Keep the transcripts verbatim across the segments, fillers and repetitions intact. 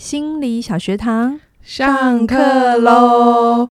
心理小学堂上课喽！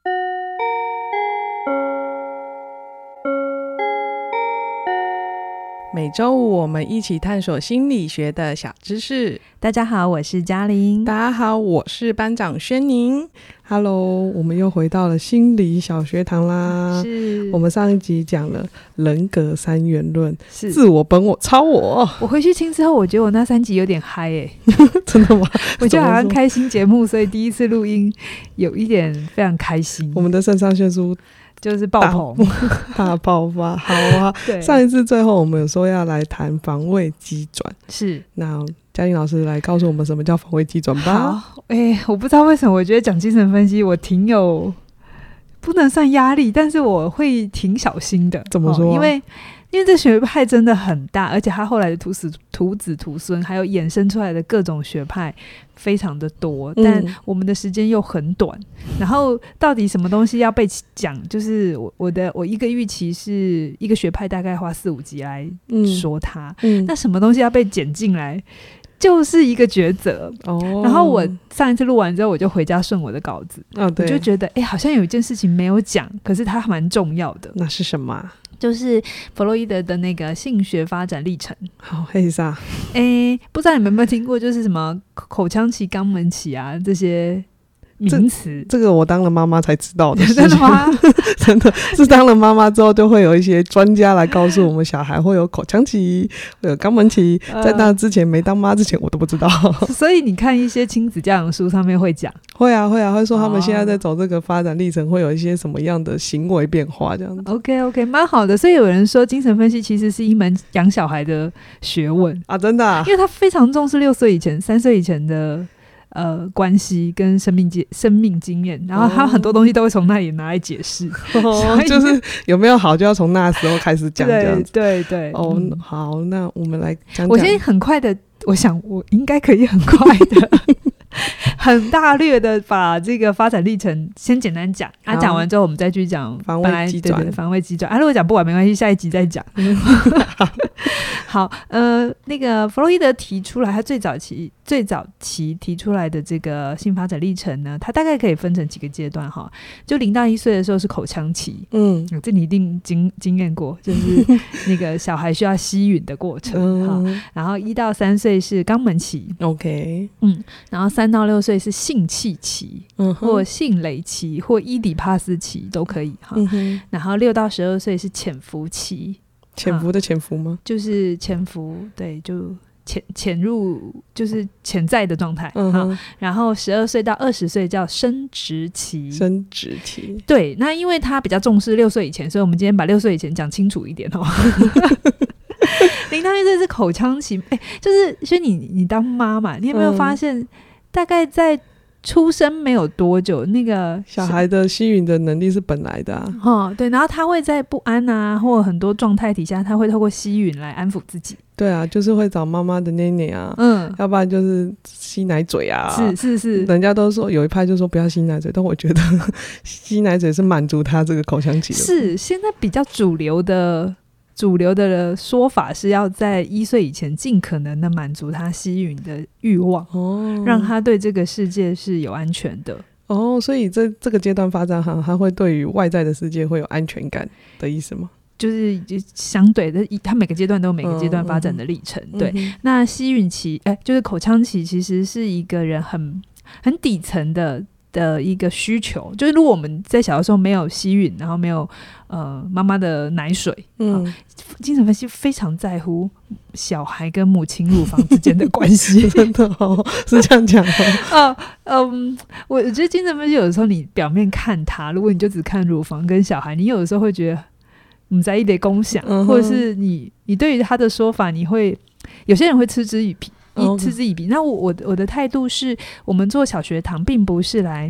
每周五我们一起探索心理学的小知识。 大家好，我是嘉玲。 大家好，我是班长轩宁。Hello， 我们又回到了心理小学堂啦。 是， 我们上一集讲了人格三元论， 是自我、本我、超我。 我回去听之后，我觉得我那三集有点嗨诶、欸。 真的吗？ 我觉得好像开心节目，所以第一次录音有一点非常开心。 我们的肾上腺素就是爆棚大爆发。好啊，上一次最后我们有说要来谈防卫机转， 是， 那嘉玲老师来告诉我们什么叫防卫机转吧。 好，欸，我不知道为什么我觉得讲精神分析我挺有不能算压力，但是我会挺小心的。 怎么说？ 哦，因为因为这学派真的很大，而且他后来的徒子徒子徒孙还有衍生出来的各种学派非常的多， 嗯， 但我们的时间又很短，然后到底什么东西要被讲，就是我我的我一个预期是一个学派大概花四五集来说它，嗯嗯，那什么东西要被剪进来就是一个抉择。哦，然后我上一次录完之后我就回家顺我的稿子，哦，对，我就觉得哎，好像有一件事情没有讲，可是它蛮重要的。 那是什么？ 就是弗洛伊德的那个性学发展历程。 好，黑啥？ 哎，不知道你们有没有听过，就是什么口腔期、肛门期啊这些名词。 这, 这个我当了妈妈才知道的事情。 真的吗？ 真的是当了妈妈之后，就会有一些专家来告诉我们，小孩会有口腔期，会有肛门期。在那之前，没当妈之前，我都不知道。 所以你看一些亲子教养书上面会讲， 会啊会啊，会说他们现在在走这个发展历程，会有一些什么样的行为变化这样子。 OK OK， 蛮好的。所以有人说，精神分析其实是一门养小孩的学问啊，真的，啊，因为他非常重视六岁以前、三岁以前的。呃，关系跟生命经生命经验，然后他很多东西都会从那里拿来解释， 哦，就是有没有好就要从那时候开始讲这样子。 对对对。 哦，嗯，好，那我们来讲讲。 我先很快的，我想我应该可以很快的。很大略的把这个发展历程先简单讲啊，讲完之后我们再去讲防卫机转， 防卫机转啊。如果讲不完没关系，下一集再讲。好，呃，那个弗洛伊德提出来，他最早期最早期提出来的这个性发展历程呢，他大概可以分成几个阶段哈。就零到一岁的时候是口腔期，嗯，这你一定经经验过，就是那个小孩需要吸吮的过程，嗯，然后一到三岁是肛门期 ，OK， 嗯，然后三到六岁是性器期，嗯，或性蕾期，或伊底帕斯期都可以哈，嗯，然后六到十二岁是潜伏期。 潜伏的潜伏吗？ 就是潜伏，对，就潜潜入，就是潜在的状态。嗯，然后十二岁到二十岁叫生殖期。 生殖期， 对，那因为他比较重视六岁以前，所以我们今天把六岁以前讲清楚一点哦。零到一岁是口腔期，哎，就是所以你你当妈妈，你有没有发现，嗯，大概在出生没有多久，那个小孩的吸吮的能力是本来的啊， 哦，对，然后他会在不安啊或很多状态底下，他会透过吸吮来安抚自己。 对啊，就是会找妈妈的奶奶啊，嗯，要不然就是吸奶嘴啊， 是是是， 人家都说有一派就说不要吸奶嘴，但我觉得吸奶嘴是满足他这个口腔期的。 是现在比较主流的。主流的说法是要在一岁以前尽可能的满足他吸吮的欲望，哦，让他对这个世界是有安全的。 哦，所以这这个阶段发展好，他会对于外在的世界会有安全感的意思吗？ 就是相对的，他每个阶段都有每个阶段发展的历程。嗯，对，嗯，那吸吮期，哎，就是口腔期，其实是一个人很很底层的。的一个需求，就是如果我们在小的时候没有吸吮，然后没有呃妈妈的奶水，嗯，精神分析非常在乎小孩跟母亲乳房之间的关系。 真的哦，是这样讲哦。呃嗯，我觉得精神分析有的时候你表面看它，如果你就只看乳房跟小孩，你有的时候会觉得不知道在讲什么，或者是你你对于他的说法，你会有些人会嗤之以鼻。一嗤之以鼻。那我我我的态度是，我们做小学堂并不是来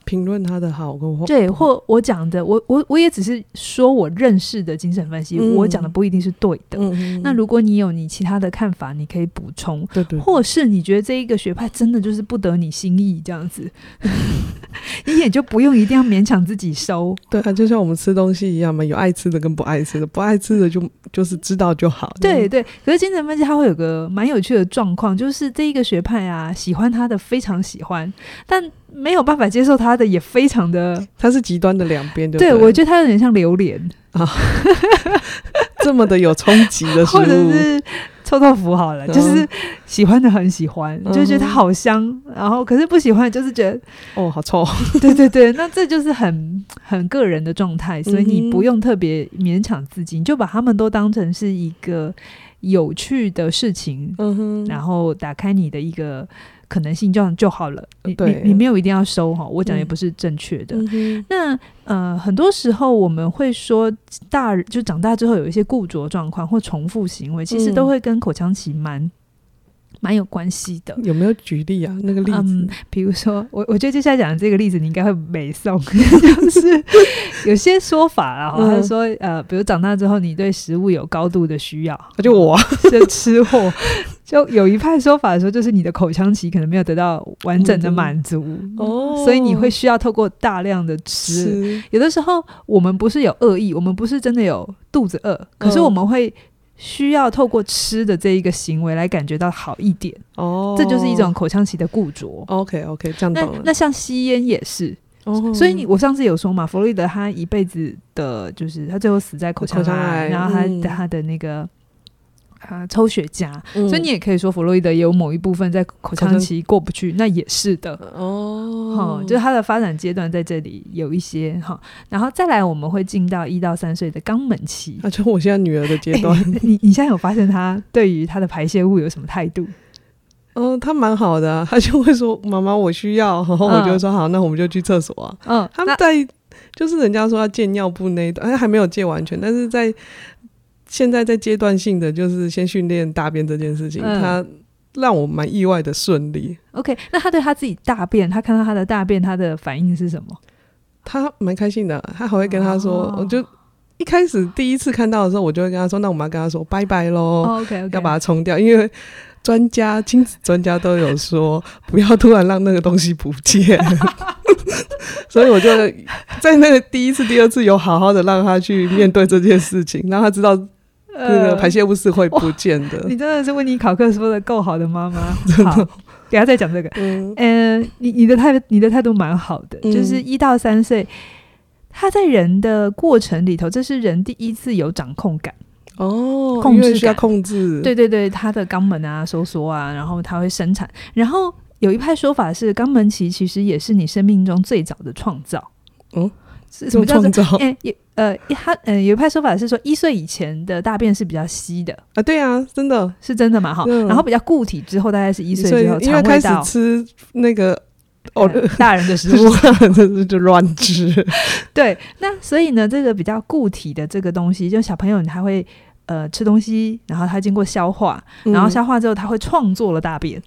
评论他的好跟坏， 对，或我讲的，我我我也只是说我认识的精神分析，嗯、我讲的不一定是对的。嗯、那如果你有你其他的看法，你可以补充， 对 对, 对， 或是你觉得这一个学派真的就是不得你心意这样子，你也就不用一定要勉强自己收。 对啊，就像我们吃东西一样嘛，有爱吃的跟不爱吃的，不爱吃的就就是知道就好。 对对，可是精神分析它会有个蛮有趣的状况，就是这一个学派啊，喜欢他的非常喜欢，但没有办法接受他的也非常的， 他是极端的两边，对不对？ 对，我觉得他有点像榴莲啊， 这么的有冲击的食物， 或者是臭豆腐好了，嗯、就是喜欢的很喜欢，嗯、就觉得它好香，然后可是不喜欢就是觉得哦好臭， 对对对，那这就是很很个人的状态，所以你不用特别勉强自己，你就把他们都当成是一个有趣的事情，嗯哼，然后打开你的一个可能性，这样就好了。你你你没有一定要收哈，我讲也不是正确的。嗯、那呃，很多时候我们会说大就长大之后有一些固着状况或重复行为，其实都会跟口腔期蛮蛮有关系的。 有没有举例啊？那个例子，嗯、 比如说我我觉得接下来讲的这个例子你应该会美颂，就是有些说法啦，嗯、他说呃，比如长大之后你对食物有高度的需要， 就我、啊、 就吃货。就有一派说法的时候，就是你的口腔期可能没有得到完整的满足，嗯哦、所以你会需要透过大量的吃。有的时候我们不是有恶意，我们不是真的有肚子饿，可是我们会需要透过吃的这一个行为来感觉到好一点。哦，这就是一种口腔期的固着。 OK OK， 这样懂了。 那, 那像吸烟也是。哦、所以你我上次有说嘛，弗洛伊德他一辈子的就是他最后死在口腔癌，然后他、嗯、他的那个。啊，抽雪茄、嗯，所以你也可以说弗洛伊德也有某一部分在口腔期过不去，那也是的哦、嗯，就是他的发展阶段在这里有一些哈，然后再来我们会进到一到三岁的肛门期， 那、啊、就我现在女儿的阶段。 欸、你你现在有发现他对于他的排泄物有什么态度？ 嗯，他蛮好的、啊，他就会说妈妈我需要，然后我就会说、嗯、好，那我们就去厕所啊。嗯，他们在就是人家说要戒尿布那一段，还没有戒完全，但是在。现在在阶段性的就是先训练大便这件事情、嗯、他让我蛮意外的顺利。 OK， 那他对他自己大便，他看到他的大便他的反应是什么？ 他蛮开心的，他还会跟他说、哦、我就一开始第一次看到的时候我就会跟他说那我们要跟他说拜拜咯、哦、okay, okay. 要把它冲掉，因为专家亲子专家都有说不要突然让那个东西不见所以我就在那个第一次第二次有好好的让他去面对这件事情，让他知道那个排泄物是会不见的、呃、 你真的是温尼考克说的够好的妈妈。好，等一下再讲这个。嗯，呃、你, 你的态你的态度蛮好的、嗯、就是一到三岁他在人的过程里头，这是人第一次有掌控感哦， 控制感， 因为需要控制， 对对对，他的肛门啊收缩啊，然后他会生产，然后有一派说法是肛门期其实也是你生命中最早的创造。嗯，什么叫做欸呃他呃有一派说法是说一岁以前的大便是比较稀的啊，对啊，真的是真的嘛哈、嗯，然后比较固体之后大概是一岁之后， 因为开始吃那个哦、呃、大人的食物就乱吃对，那所以呢这个比较固体的这个东西，就小朋友他会呃，吃东西，然后他经过消化、嗯、然后消化之后他会创作了大便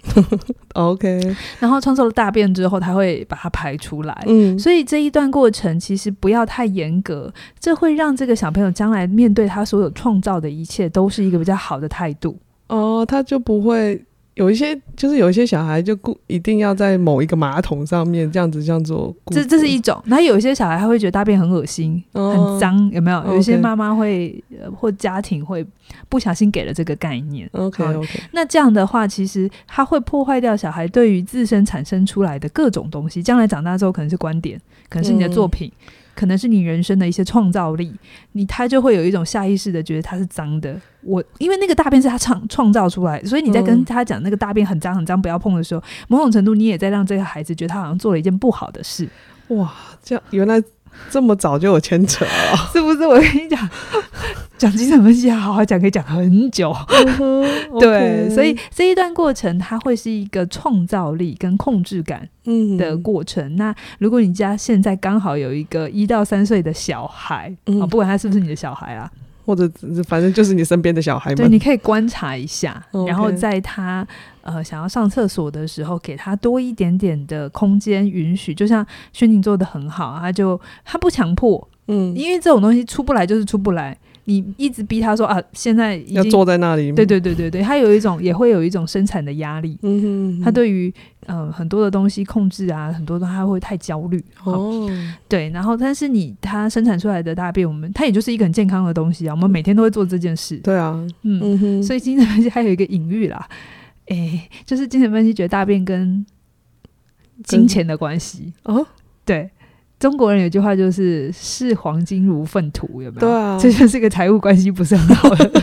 OK， 然后创作了大便之后他会把它排出来、嗯、所以这一段过程其实不要太严格，这会让这个小朋友将来面对他所有创造的一切都是一个比较好的态度哦，他就不会有一些就是有一些小孩就一定要在某一个马桶上面这样子这样做， 这这是一种。然后有一些小孩他会觉得大便很恶心、哦、很脏，有没有？有一些妈妈会、okay. 或家庭会不小心给了这个概念 OK OK， 那这样的话其实他会破坏掉小孩对于自身产生出来的各种东西，将来长大之后可能是观点，可能是你的作品、嗯，可能是你人生的一些创造力，你他就会有一种下意识的觉得它是脏的。我因为那个大便是他创创造出来，所以你在跟他讲那个大便很脏很脏不要碰的时候、嗯，某种程度你也在让这个孩子觉得他好像做了一件不好的事。 哇，这样原来这么早就有牵扯了是不是？我跟你讲讲精神分析好好讲可以讲很久、嗯、对、okay. 所以这一段过程它会是一个创造力跟控制感的过程、嗯、那如果你家现在刚好有一个一到三岁的小孩、嗯哦、不管他是不是你的小孩啊， 或者反正就是你身边的小孩们， 对，你可以观察一下， okay. 然后在他呃想要上厕所的时候给他多一点点的空间允许，就像轩婷做的很好，他就他不强迫，嗯，因为这种东西出不来就是出不来，你一直逼他说啊，现在已经要坐在那里， 对对对对对，他有一种也会有一种生产的压力，嗯哼嗯哼，他对于呃很多的东西控制啊，很多东西他会太焦虑哦，对，然后但是你他生产出来的大便，我们它也就是一个很健康的东西啊，我们每天都会做这件事， 对啊，嗯嗯哼， 所以精神分析还有一个隐喻啦，哎，就是精神分析觉得大便跟金钱的关系哦，对。中国人有句话就是视黄金如粪土，有没有？ 对啊， 这就是个财务关系不是很好的。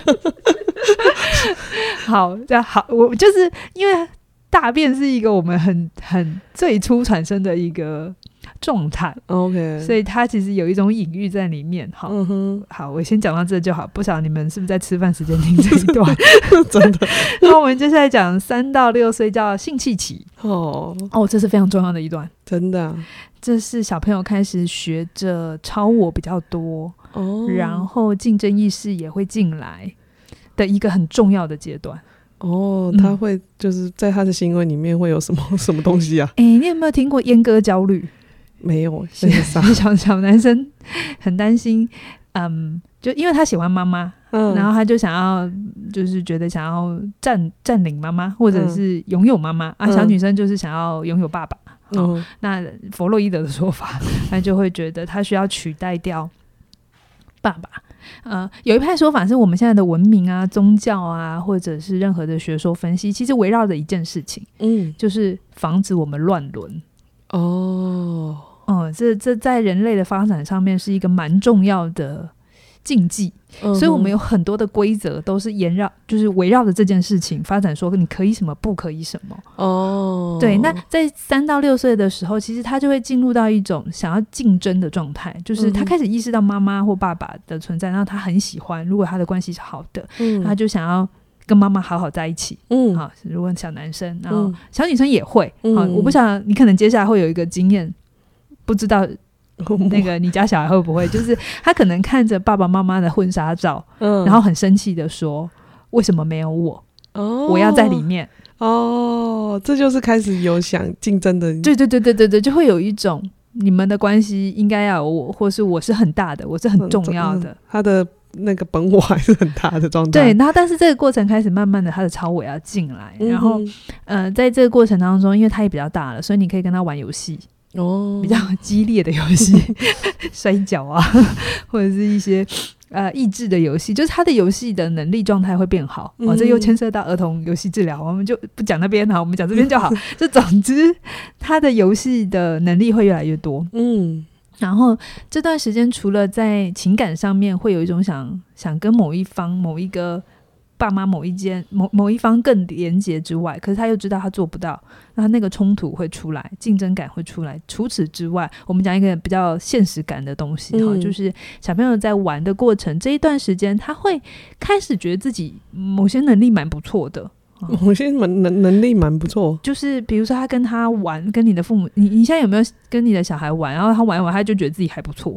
好，这样好，我就是因为大便是一个我们很很最初产生的一个状态 ，OK， 所以它其实有一种隐喻在里面。好，嗯哼，好，我先讲到这就好，不晓得你们是不是在吃饭时间听这一段？ 真的。 那我们接下来讲三到六岁叫性器期。哦哦，这是非常重要的一段， 真的、啊。 这是小朋友开始学着超我比较多、哦、然后竞争意识也会进来的一个很重要的阶段。 哦，他会就是在他的行为里面会有什么什么东西啊？ 哎，你有没有听过阉割焦虑？ 没有， 小小男生很担心，嗯，就因为他喜欢妈妈、嗯、然后他就想要就是觉得想要占占领妈妈或者是拥有妈妈、嗯、啊，小女生就是想要拥有爸爸。哦、那弗洛伊德的说法，他就会觉得他需要取代掉爸爸。呃，有一派说法是我们现在的文明啊、宗教啊，或者是任何的学说分析，其实围绕着一件事情，嗯，就是防止我们乱伦。哦，嗯，这这在人类的发展上面是一个蛮重要的禁忌。嗯、所以我们有很多的规则都是沿绕就是围绕着这件事情发展，说你可以什么不可以什么。哦，对，那在三到六岁的时候其实他就会进入到一种想要竞争的状态，就是他开始意识到妈妈或爸爸的存在，然后他很喜欢，如果他的关系是好的、嗯、他就想要跟妈妈好好在一起。嗯，好，如果小男生然后小女生也会、嗯、好，我不想你可能接下来会有一个经验，不知道那个你家小孩会不会就是他可能看着爸爸妈妈的婚纱照、嗯、然后很生气的说为什么没有我、哦、我要在里面。 哦，这就是开始有想竞争的。 对对对对对对，就会有一种你们的关系应该要有我，或是我是很大的，我是很重要的、嗯、 他的那个本我还是很大的状态。 对，然后但是这个过程开始慢慢的他的超我要进来、嗯、然后呃，在这个过程当中因为他也比较大了，所以你可以跟他玩游戏哦，比较激烈的游戏摔跤啊或者是一些呃益智的游戏，就是他的游戏的能力状态会变好、嗯哦、这又牵涉到儿童游戏治疗，我们就不讲那边好，我们讲这边就好就总之他的游戏的能力会越来越多。嗯，然后这段时间除了在情感上面会有一种想想跟某一方某一个爸妈某一间 某, 某一方更连结之外，可是他又知道他做不到，那那个冲突会出来，竞争感会出来。除此之外我们讲一个比较现实感的东西、嗯、就是小朋友在玩的过程这一段时间他会开始觉得自己某些能力蛮不错的， 某些能能力蛮不错， 就是比如说他跟他玩，跟你的父母你你现在有没有跟你的小孩玩，然后他玩一玩他就觉得自己还不错。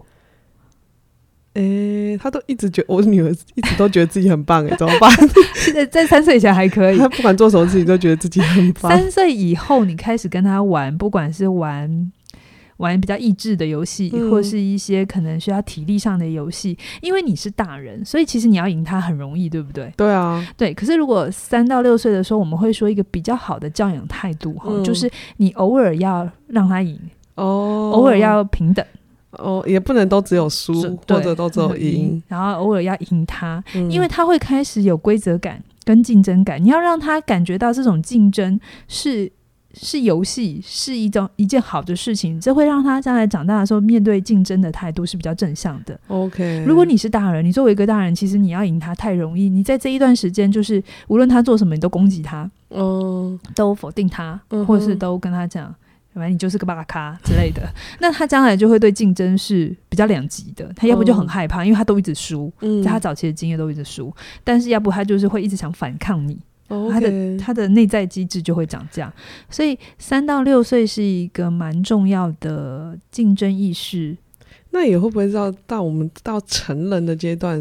欸、他都一直觉得我女儿一直都觉得自己很棒欸，怎么办？ 在三岁以前还可以， 他不管做什么事情都觉得自己很棒。 三岁以后你开始跟他玩，不管是玩玩比较益智的游戏、嗯、或是一些可能需要体力上的游戏，因为你是大人所以其实你要赢他很容易，对不对？ 对啊， 对。可是如果三到六岁的时候我们会说一个比较好的教养态度、嗯、就是你偶尔要让他赢、哦、偶尔要平等哦，也不能都只有输或者都只有赢， 然后偶尔要赢他、嗯、因为他会开始有规则感跟竞争感，你要让他感觉到这种竞争是是游戏，是一种一件好的事情，这会让他将来长大的时候面对竞争的态度是比较正向的。 OK， 如果你是大人，你作为一个大人其实你要赢他太容易，你在这一段时间就是无论他做什么你都攻击他、嗯、都否定他、嗯、或者是都跟他讲反正你就是个巴卡之类的那他将来就会对竞争是比较两极的，他要不就很害怕、嗯、因为他都一直输、嗯、在他早期的经验都一直输，但是要不他就是会一直想反抗你、哦 okay、他的他的内在机制就会长这样。所以三到六岁是一个蛮重要的竞争意识。 那也会不会到到我们到成人的阶段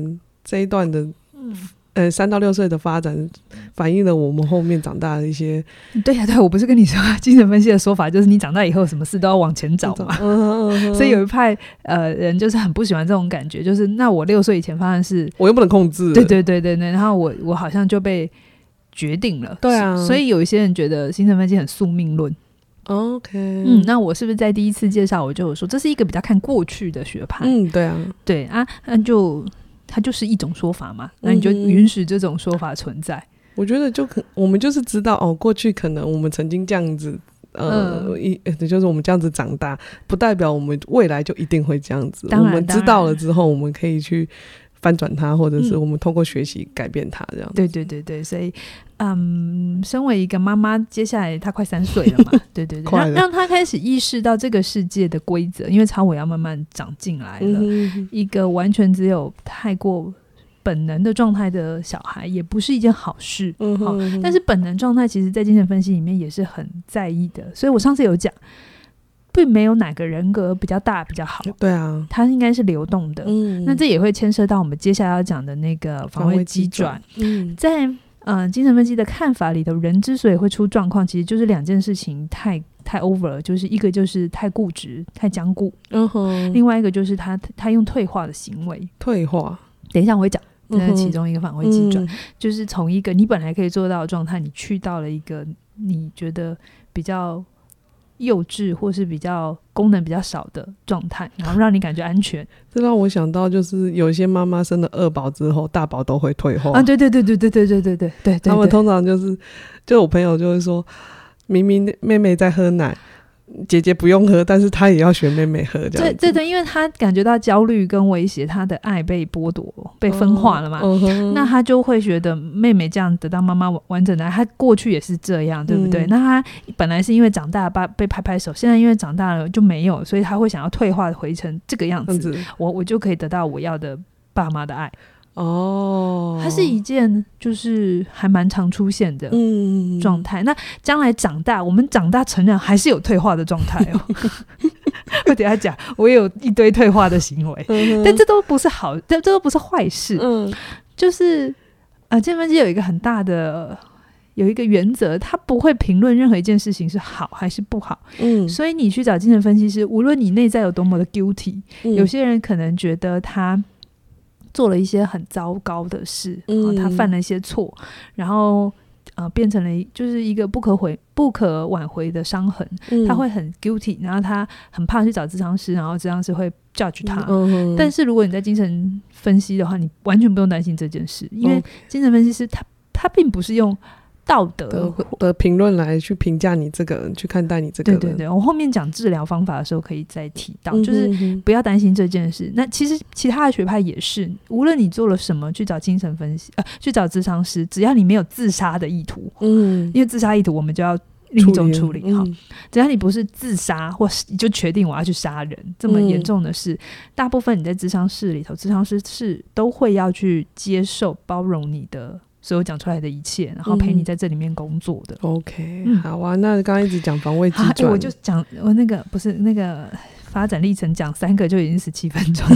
这一段的嗯呃，三到六岁的发展反映了我们后面长大的一些。 对呀、啊，对，我不是跟你说精神分析的说法，就是你长大以后什么事都要往前找嘛。嗯嗯嗯、所以有一派呃人就是很不喜欢这种感觉，就是那我六岁以前发生的事， 我又不能控制。 对对对对对，然后我我好像就被决定了。 对啊， 所以有一些人觉得精神分析很宿命论。 OK， 嗯，那我是不是在第一次介绍我就有说这是一个比较看过去的学派？ 嗯，对啊， 对啊，那就。它就是一种说法嘛，那你就允许这种说法存在。嗯、 我觉得就可我们就是知道哦，过去可能我们曾经这样子，呃，嗯、一就是我们这样子长大，不代表我们未来就一定会这样子。我们知道了之后，我们可以去翻转它，或者是我们透过学习改变它，这样子。 对对对对，所以，嗯，身为一个妈妈，接下来她快三岁了嘛，对对对，让让她开始意识到这个世界的规则，因为超我要慢慢长进来了、嗯，一个完全只有太过本能的状态的小孩，也不是一件好事。嗯哼嗯哼，但是本能状态其实在精神分析里面也是很在意的，所以我上次有讲。并没有哪个人格比较大比较好， 对啊， 它应该是流动的。嗯，那这也会牵涉到我们接下来要讲的那个防卫机转。嗯，在呃精神分析的看法里头，人之所以会出状况，其实就是两件事情太太 over 了，就是一个就是太固执、太僵固，嗯哼，另外一个就是他他用退化的行为。 退化， 等一下我会讲。这是其中一个防卫机转、嗯、就是从一个你本来可以做到的状态，你去到了一个你觉得比较幼稚或是比较功能比较少的状态，然后让你感觉安全。 这让我想到就是有些妈妈生了二宝之后，大宝都会退化啊！对对对对对对对对对对， 他们通常就是就我朋友就会说，明明妹妹在喝奶，姐姐不用喝，但是她也要学妹妹喝这样子。 对对，因为她感觉到焦虑跟威胁，她的爱被剥夺、被分化了嘛，嗯、那她就会觉得妹妹这样得到妈妈完整的爱，她过去也是这样，对不对？嗯、那她本来是因为长大了被拍拍手，现在因为长大了就没有，所以她会想要退化回成这个样子，嗯、我我就可以得到我要的爸妈的爱。哦，它是一件就是还蛮常出现的状态、嗯、那将来长大我们长大成人还是有退化的状态哦我等一下讲我也有一堆退化的行为、嗯、但这都不是好，这都不是坏事、嗯、就是呃，精神分析有一个很大的有一个原则，他不会评论任何一件事情是好还是不好、嗯、所以你去找精神分析师，无论你内在有多么的 guilty、嗯、有些人可能觉得他做了一些很糟糕的事、嗯啊、他犯了一些错，然后、呃、变成了就是一个不可回不可挽回的伤痕、嗯、他会很 guilty， 然后他很怕去找咨商师，然后咨商师会 judge 他、嗯、但是如果你在精神分析的话，你完全不用担心这件事，因为精神分析师他他并不是用道德 的, 的评论来去评价你这个人，去看待你这个人。 对对对，我后面讲治疗方法的时候可以再提到、嗯、就是不要担心这件事。那其实其他的学派也是，无论你做了什么去找精神分析、呃、去找咨商师，只要你没有自杀的意图、嗯、因为自杀意图我们就要另一种处理、嗯、只要你不是自杀或你就决定我要去杀人这么严重的事、嗯、大部分你在咨商室里头，咨商师是都会要去接受包容你的所有讲出来的一切，然后陪你在这里面工作的、 嗯、OK、嗯、好啊。那刚刚一直讲防卫机转、 欸、我就讲我那个不是那个发展历程讲三个就已经十七分钟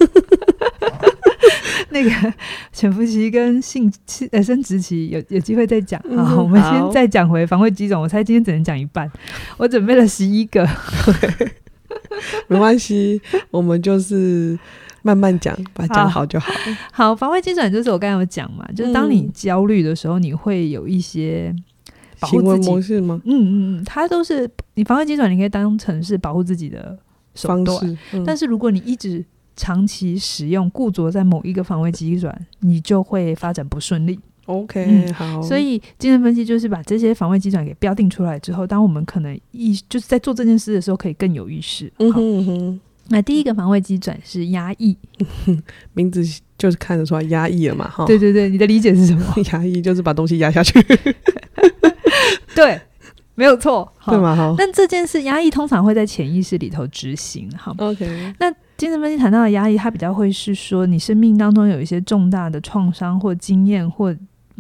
那个潜伏期跟性呃生殖期有有机会再讲、嗯、好，我们先再讲回防卫机转，我猜今天只能讲一半，我准备了十一个没关系，我们就是慢慢讲，把它讲好就好。 好，防卫机转就是我刚才有讲嘛，就是当你焦虑的时候，你会有一些保护自己行为模式吗？ 嗯嗯嗯，它都是你防卫机转，你可以当成是保护自己的手段、方式、嗯、但是如果你一直长期使用固着在某一个防卫机转，你就会发展不顺利。 OK、嗯、好。 所以精神分析就是把这些防卫机转给标定出来之后，当我们可能意就是在做这件事的时候可以更有意识。嗯哼嗯哼。那第一个防卫机转是压抑名字就是看得出来压抑了嘛。 对对对，你的理解是什么？ 压抑就是把东西压下去对，没有错， 对吗？ 但这件事压抑通常会在潜意识里头执行。好 OK， 那精神分析谈到的压抑，它比较会是说你生命当中有一些重大的创伤或经验或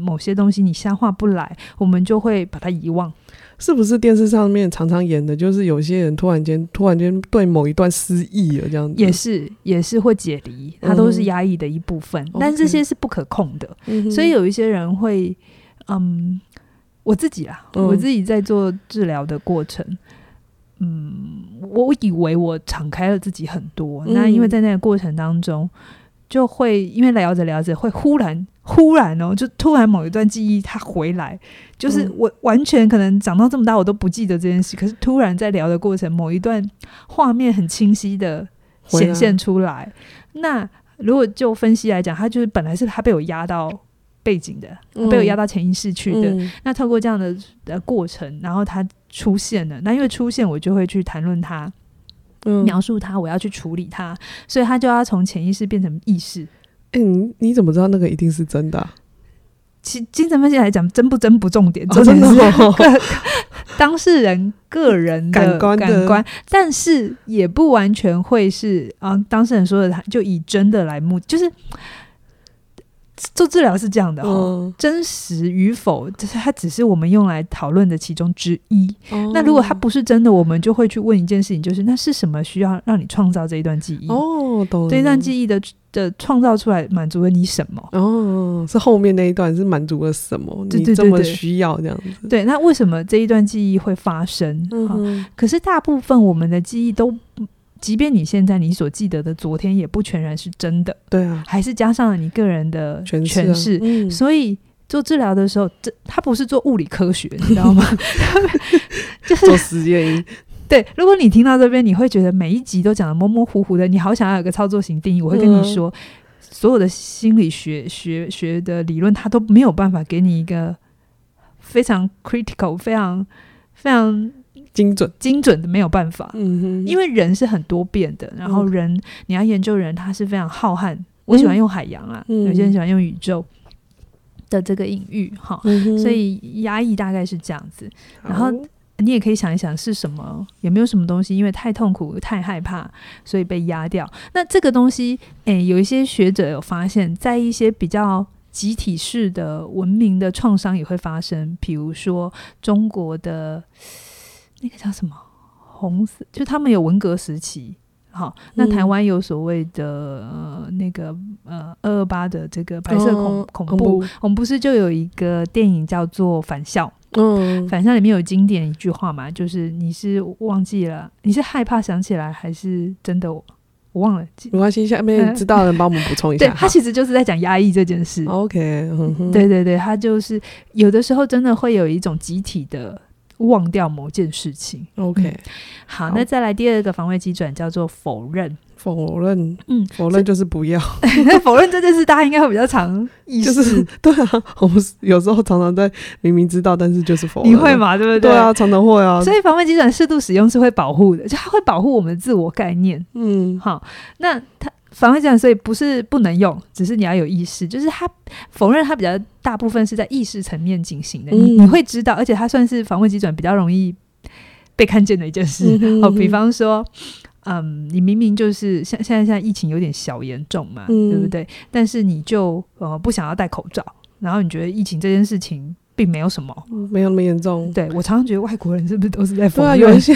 某些东西你消化不来，我们就会把它遗忘。 是不是电视上面常常演的就是有些人突然间突然间对某一段失忆了这样子？ 也是也是会解离，它都是压抑的一部分、嗯、但这些是不可控的、嗯、所以有一些人会嗯，我自己啦、嗯、我自己在做治疗的过程，嗯，我以为我敞开了自己很多、嗯、那因为在那个过程当中就会因为聊着聊着会忽然忽然哦，就突然某一段记忆它回来，就是我完全可能长到这么大我都不记得这件事，可是突然在聊的过程某一段画面很清晰的显现出来。那如果就分析来讲，它就是本来是它被我压到背景的、嗯、被我压到潜意识去的、嗯、那透过这样 的, 的过程然后它出现了，那因为出现我就会去谈论它、嗯、描述它，我要去处理它，所以它就要从潜意识变成意识。 欸、你, 你怎么知道那个一定是真的、啊？ 其精神分析来讲，真不真不重点， 重点是、哦、 当事人个人的感 官, 感官但是也不完全会是、啊、当事人说的就以真的来目，就是做治疗是这样的、哦嗯、真实与否它只是我们用来讨论的其中之一、哦、那如果它不是真的，我们就会去问一件事情，就是那是什么需要让你创造这一段记忆？哦，懂了。这一段记忆的的创造出来满足了你什么？ 哦，是后面那一段是满足了什么？对对对对，你这么需要这样子。 对，那为什么这一段记忆会发生、嗯啊、可是大部分我们的记忆都，即便你现在你所记得的昨天也不全然是真的， 对啊， 还是加上了你个人的诠释、啊嗯、所以做治疗的时候这它不是做物理科学你知道吗就是做实验。 对，如果你听到这边你会觉得每一集都讲得模模糊糊的，你好想要有个操作型定义，我会跟你说、嗯、所有的心理学学学的理论它都没有办法给你一个非常 critical 非常非常精准精准的，没有办法、嗯、哼，因为人是很多变的，然后人、嗯、你要研究人他是非常浩瀚，我喜欢用海洋啊、嗯、有些人喜欢用宇宙的这个隐喻、嗯、所以压抑大概是这样子。然后你也可以想一想是什么，有没有什么东西因为太痛苦太害怕所以被压掉。那这个东西、欸、有一些学者有发现在一些比较集体式的文明的创伤也会发生，比如说中国的那个叫什么红色，就他们有文革时期，好，那台湾有所谓的、呃、那个呃二二八的这个白色恐、哦、恐怖，我们不是就有一个电影叫做返校，嗯，返校里面有经典一句话嘛，就是你是忘记了，你是害怕想起来还是真的我忘了， 没关系，下面知道的人帮我们补充一下。 对，他其实就是在讲压抑这件事。 OK， 嗯、 对对对，他就是有的时候真的会有一种集体的忘掉某件事情。 OK、嗯、 好，那再来第二个防卫机转叫做否认。 否认，嗯，否认就是不要否认这件事大家应该会比较常意识， 就是对啊，我们有时候常常在明明知道但是就是否认。 你会吗？对不对？ 对啊，常常会啊。 所以防卫机转适度使用是会保护的，就它会保护我们的自我概念。嗯，好，那它防卫机转所以不是不能用，只是你要有意识，就是它否认它比较大部分是在意识层面进行的、嗯、你, 你会知道，而且它算是防卫机转比较容易被看见的一件事。嗯、哦，比方说嗯，你明明就是像现在现在疫情有点小严重嘛、嗯、对不对？但是你就呃不想要戴口罩，然后你觉得疫情这件事情并没有什么、 嗯、没有那么严重。 对，我常常觉得外国人是不是都是在否认？ 对啊，有一些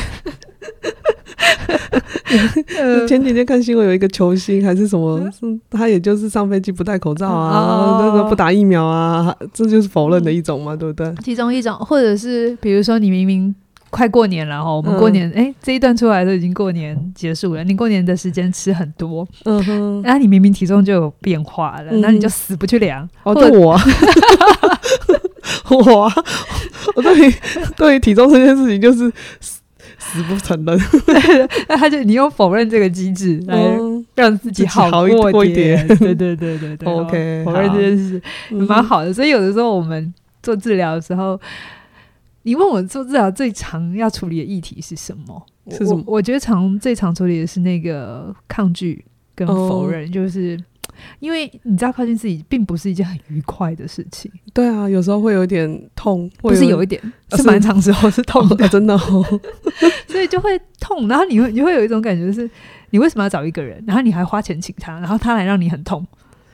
前几天看新闻有一个球星还是什么、嗯、他也就是上飞机不戴口罩啊、哦、那个不打疫苗啊，这就是否认的一种嘛、嗯、对不对？ 其中一种，或者是比如说你明明快过年了，我们过年哎、嗯，这一段出来都已经过年结束了，你过年的时间吃很多，嗯哼，然后你明明体重就有变化了，然后你就死不去量。 哦，就我啊我啊我对于对于体重这件事情就是死, 死不承认那他就你用否认这个机制来让自己好过一点，对对对对对 OK， 否认这件事蛮好的。所以有的时候我们做治疗的时候，你问我做治疗最常要处理的议题是什么？ 是什么？ 我, 我觉得常最常处理的是那个抗拒跟否认、哦、就是因为你知道靠近自己并不是一件很愉快的事情。 对啊，有时候会有点痛， 不是有一点、啊、是蛮长时候是痛的、 哦、真的哦所以就会痛，然后你会你会有一种感觉是你为什么要找一个人，然后你还花钱请他，然后他来让你很痛。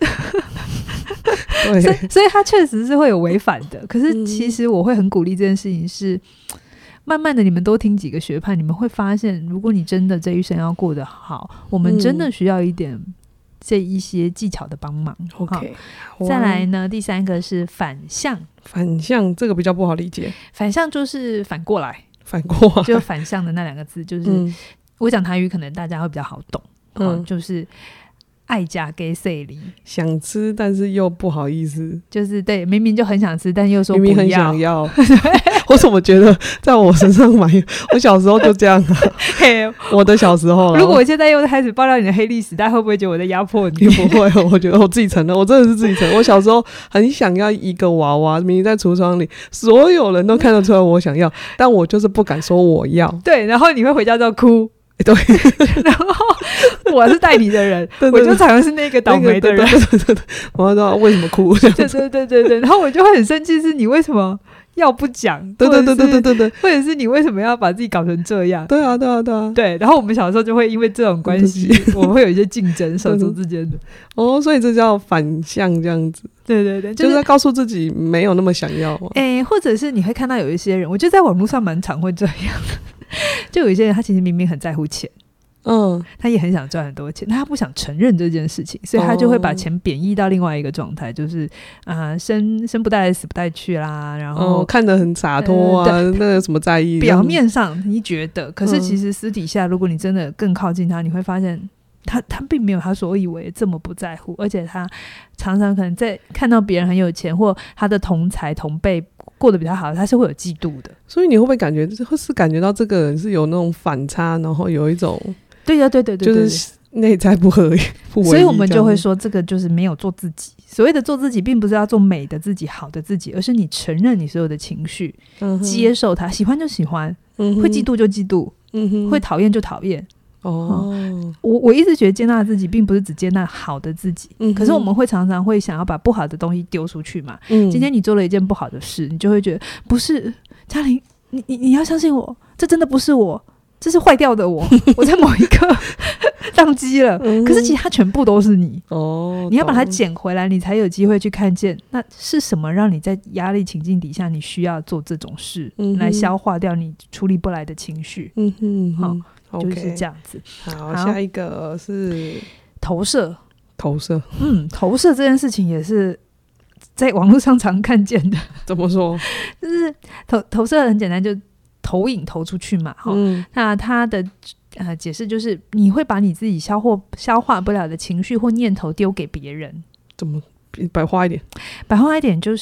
对， 所以所以它确实是会有违反的。可是其实我会很鼓励这件事情是，慢慢的你们多听几个学派，你们会发现，如果你真的这一生要过得好，我们真的需要一点这一些技巧的帮忙。 嗯、OK， 再来呢，第三个是反向。 反向这个比较不好理解， 反向就是反过来， 反过来就反向的那两个字，就是、嗯、我讲台语可能大家会比较好懂，嗯，就是爱加给谁里， 想吃但是又不好意思， 就是对，明明就很想吃，但又说不要， 明明很想要。我怎么觉得在我身上买，我小时候就这样啊。 hey, 我的小时候， 如果我现在又开始爆料你的黑历史，大家会不会觉得我在压迫你？ 也不会，我觉得我自己承认，我真的是自己承认。我小时候很想要一个娃娃，明明在橱窗里，所有人都看得出来我想要，但我就是不敢说我要。对， 然后你会回家之后哭。 对， 然后我是带你的人，对对对，我就常常是那个倒霉的人。 对对对对，我知道为什么哭。 对对对对对，然后我就会很生气，是你为什么要不讲？ 对对对对对对对， 或者是你为什么要把自己搞成这样？ 对啊对啊对啊， 对。然后我们小时候就会因为这种关系，我们会有一些竞争，手足之间的。 哦，所以这叫反向这样子。 对对对， 就是、就是要告诉自己没有那么想要。 哎、欸，或者是你会看到有一些人，我觉得在网络上蛮常会这样。就有一些人他其实明明很在乎钱，嗯，他也很想赚很多钱，但他不想承认这件事情，所以他就会把钱贬义到另外一个状态、哦、就是啊、呃，生生不带来死不带去啦，然后、 哦、看得很洒脱啊、呃、那有什么在意， 表面上你觉得，可是其实私底下如果你真的更靠近他，你会发现他他并没有他所以为这么不在乎，而且他常常可能在看到别人很有钱或他的同才同辈过得比他好，他是会有嫉妒的。 所以你会不会感觉是感觉到这个人是有那种反差，然后有一种对对对对对， 就是内在不合不， 所以我们就会说这个就是没有做自己。所谓的做自己并不是要做美的自己好的自己，而是你承认你所有的情绪、嗯、接受它，喜欢就喜欢、嗯、会嫉妒就嫉妒、嗯、会讨厌就讨厌。哦、嗯，我我一直觉得接纳自己并不是只接纳好的自己、嗯、可是我们会常常会想要把不好的东西丢出去嘛、嗯、今天你做了一件不好的事，你就会觉得不是嘉玲，你你你要相信我，这真的不是我，这是坏掉的我我在某一刻宕机了、嗯、可是其实它全部都是你哦，你要把它捡回来，你才有机会去看见那是什么让你在压力情境底下你需要做这种事、嗯、来消化掉你处理不来的情绪。嗯哼，好、Okay. 就是这样子。 好，好，下一个是投射。 投射， 嗯，投射这件事情也是在网络上常看见的。 怎么说？ 就是投投射很简单，就投影投出去嘛。嗯，那它的呃解释就是你会把你自己消化消化不了的情绪或念头丢给别人。 怎么白话一点？ 白话一点就是，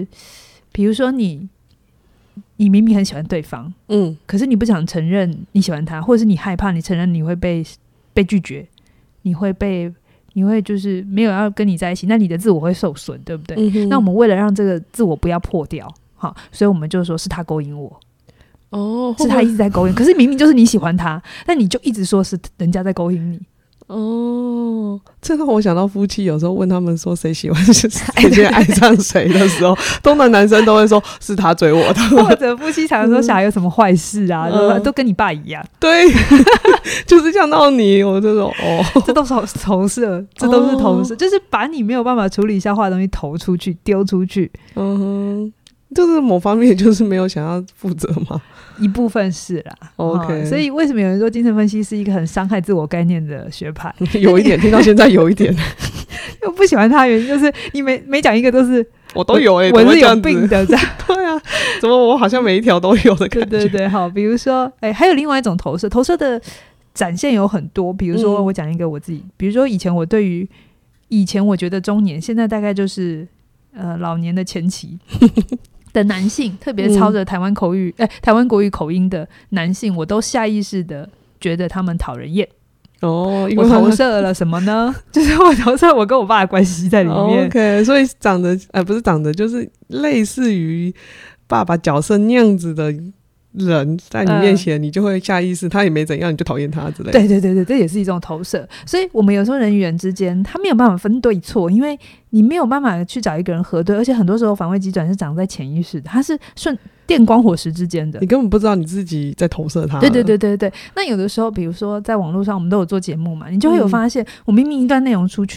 比如说你。你明明很喜欢对方，嗯，可是你不想承认你喜欢他，或者是你害怕你承认你会被被拒绝，你会被你会就是没有要跟你在一起，那你的自我会受损，对不对、嗯、那我们为了让这个自我不要破掉，好，所以我们就说是他勾引我，哦，是他一直在勾引，可是明明就是你喜欢他，但你就一直说是人家在勾引你。 哦，这让我想到夫妻有时候问他们说谁喜欢谁先爱上谁的时候，通常男生都会说是他追我的， 或者夫妻常说小孩有什么坏事啊、嗯、都跟你爸一样。 对，就是像到你我就说哦， 这都是投射，这都是投射、哦、就是把你没有办法处理消化的东西投出去丢出去。嗯哼，就是某方面就是没有想要负责嘛， 一部分是啦。 OK、哦、所以为什么有人说精神分析是一个很伤害自我概念的学派？ 有一点听到现在有一点我不喜欢他的原因就是你每每讲一个都是我都有哎、欸， 我是有病的这样对啊，怎么我好像每一条都有的感觉。 对对对，好，比如说哎、欸，还有另外一种投射，投射的展现有很多，比如说我讲一个我自己、嗯、比如说以前我对于以前我觉得中年，现在大概就是呃老年的前期的男性，特别操着台湾口语、嗯欸、台湾国语口音的男性，我都下意识的觉得他们讨人厌。哦，我投射了什么呢？就是我投射我跟我爸的关系在里面。 OK， 所以长得呃不是长得，就是类似于爸爸角色那样子的人在你面前、呃、你就会下意识他也没怎样你就讨厌他之类的。 对对对对，这也是一种投射。所以我们有时候人与人之间他没有办法分对错，因为你没有办法去找一个人核对，而且很多时候防卫机转是长在潜意识的，它是顺电光火石之间的， 你根本不知道你自己在投射他。 对对对对对。那有的时候比如说在网络上我们都有做节目嘛，你就会有发现、嗯、我明明一段内容出去，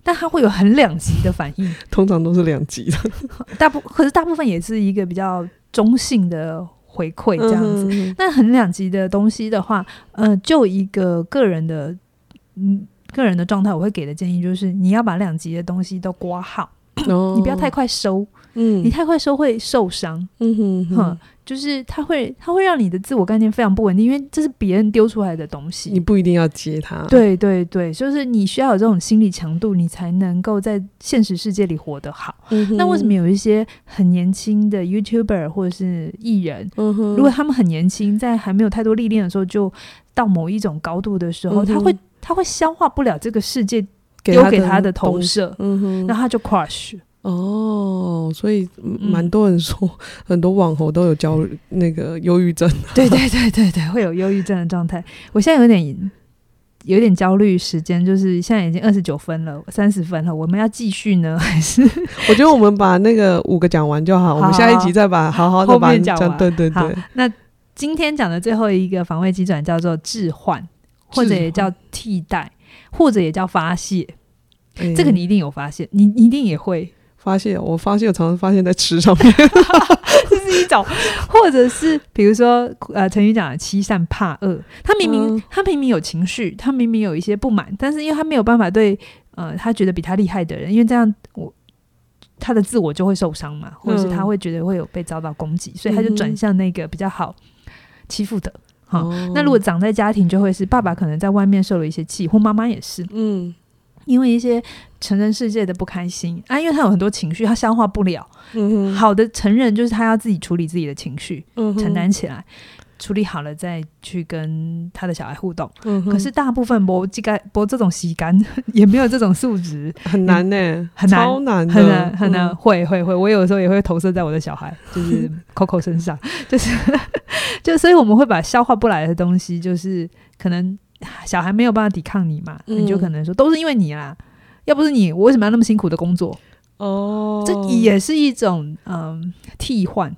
但它会有很两极的反应， 通常都是两极的， 大部可是大部分也是一个比较中性的回馈这样子。 嗯、 那很两极的东西的话，呃，就一个个人的嗯个人的状态，我会给的建议就是，你要把两极的东西都刮好，哦、你不要太快收，嗯，你太快收会受伤，嗯哼哼。哼就是它会它会让你的自我概念非常不稳定，因为这是别人丢出来的东西， 你不一定要接它。 对对对，就是你需要有这种心理强度，你才能够在现实世界里活得好。嗯、那为什么有一些很年轻的 YouTuber 或者是艺人，嗯、如果他们很年轻，在还没有太多历练的时候，就到某一种高度的时候，嗯、他会他会消化不了这个世界丢给他的投射，嗯、然后他就 crush。 哦，所以蛮多人说、嗯、很多网红都有焦那个忧郁症， 对对对对对，会有忧郁症的状态。我现在有点有点焦虑，时间就是现在已经二十九分了，三十分了，我们要继续呢还是？ 我觉得我们把那个五个讲完就好，好，我们下一集再把好好的把后面讲完。 对对对。 那今天讲的最后一个防卫机转叫做置换，或者也叫替代，或者也叫发泄。欸、这个你一定有发现，你你一定也会。 发现我发现我常常发现在吃上面这是一种，或者是比如说呃，陈宇讲的欺善怕恶，他明明、嗯、他明明有情绪，他明明有一些不满，但是因为他没有办法对呃他觉得比他厉害的人，因为这样我他的自我就会受伤嘛，或者是他会觉得会有被遭到攻击、嗯、所以他就转向那个比较好欺负的、哦、那如果长在家庭就会是爸爸可能在外面受了一些气，或妈妈也是嗯，因为一些成人世界的不开心啊，因为他有很多情绪他消化不了、嗯、好的成人就是他要自己处理自己的情绪、嗯、承担起来，处理好了再去跟他的小孩互动、嗯、可是大部分没这种习惯也没有这种素质， 很难耶、欸、 很难超难的很难很难、嗯、会会会，我有的时候也会投射在我的小孩就是 Coco 身上就是就所以我们会把消化不来的东西，就是可能小孩没有办法抵抗你嘛、嗯、你就可能说都是因为你啦，要不是你我为什么要那么辛苦的工作哦，这也是一种嗯替换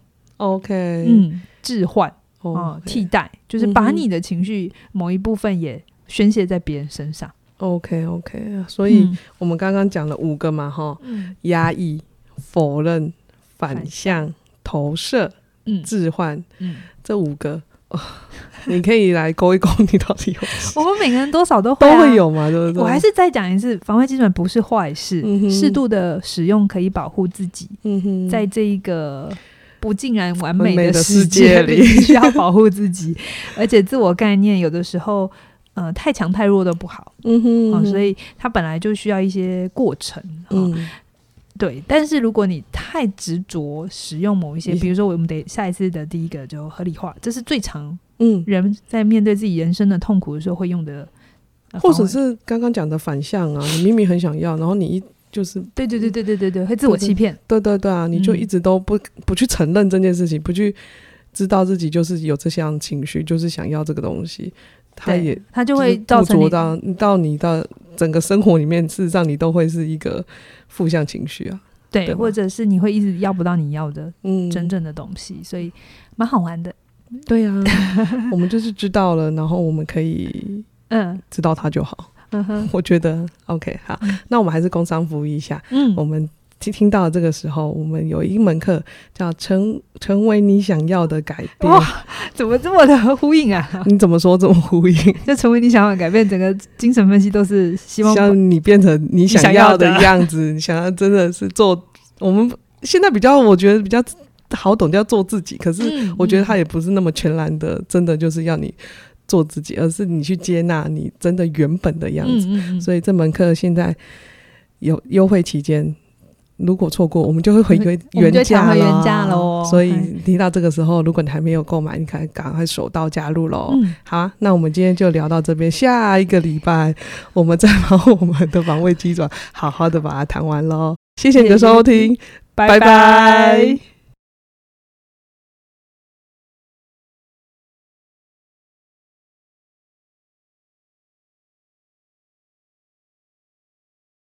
OK 嗯置换哦、okay 替代，就是把你的情绪某一部分也宣泄在别人身上、 嗯、OK OK 所以我们刚刚讲了五个嘛齁、嗯、压抑、否认、反向、投射、嗯、置换、嗯、这五个哦，你可以来勾一勾你到底有我们每个人多少都会、啊、 都会有嘛，对不对？ 我还是再讲一次，防卫机转不是坏事，适、嗯、度的使用可以保护自己、嗯、在这一个不尽然完美的世界里需要保护自己而且自我概念有的时候呃，太强太弱都不好、嗯哼嗯哼哦、所以它本来就需要一些过程、哦嗯对，但是如果你太执着使用某一些，比如说我们得下一次的第一个就合理化，这是最常人在面对自己人生的痛苦的时候会用的、 呃、或者是刚刚讲的反向啊，你明明很想要，然后你一就是对对对对对对对会自我欺骗， 对对对啊，你就一直都不、嗯、不去承认这件事情，不去知道自己就是有这项情绪，就是想要这个东西，它也它就会造成你到到你的整个生活里面，事实上你都会是一个负向情绪啊， 对, 对或者是你会一直要不到你要的真正的东西、嗯、所以蛮好玩的。 对啊我们就是知道了，然后我们可以嗯知道它就好、嗯、我觉得 OK 好、嗯、那我们还是工商服务一下，嗯，我们听到这个时候我们有一门课叫成成为你想要的改变。 哇，怎么这么的呼应啊？ 你怎么说这么呼应？ 就成为你想要的改变，整个精神分析都是希望像你变成你想要的样子，你想要真的是做，我们现在比较我觉得比较好懂叫做自己，可是我觉得它也不是那么全然的真的就是要你做自己，而是你去接纳你真的原本的样子。嗯嗯嗯，所以这门课现在有优惠期间，如果错过我们就会回归原价了， 原价咯。 所以听到这个时候，如果你还没有购买，你赶快手到加入咯、嗯、好、啊、那我们今天就聊到这边，下一个礼拜我们再把我们的防卫机转好好的把它谈完咯。谢谢你的收听，拜拜。